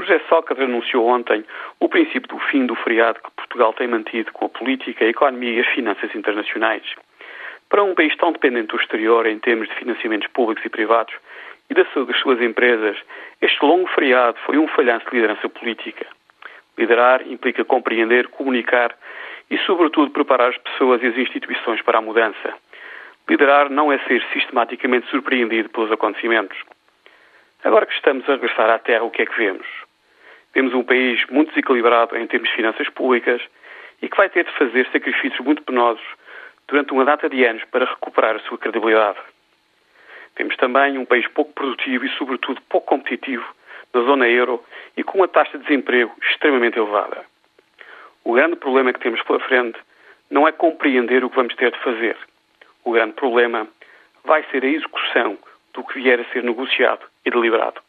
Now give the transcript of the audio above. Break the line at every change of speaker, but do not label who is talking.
José Sócrates anunciou ontem o princípio do fim do feriado que Portugal tem mantido com a política, a economia e as finanças internacionais. Para um país tão dependente do exterior em termos de financiamentos públicos e privados e das suas empresas, este longo feriado foi um falhanço de liderança política. Liderar implica compreender, comunicar e, sobretudo, preparar as pessoas e as instituições para a mudança. Liderar não é ser sistematicamente surpreendido pelos acontecimentos. Agora que estamos a regressar à Terra, o que é que vemos? Vemos um país muito desequilibrado em termos de finanças públicas e que vai ter de fazer sacrifícios muito penosos durante uma data de anos para recuperar a sua credibilidade. Vemos também um país pouco produtivo e, sobretudo, pouco competitivo na zona euro e com uma taxa de desemprego extremamente elevada. O grande problema que temos pela frente não é compreender o que vamos ter de fazer. O grande problema vai ser a execução do que vier a ser negociado e deliberado.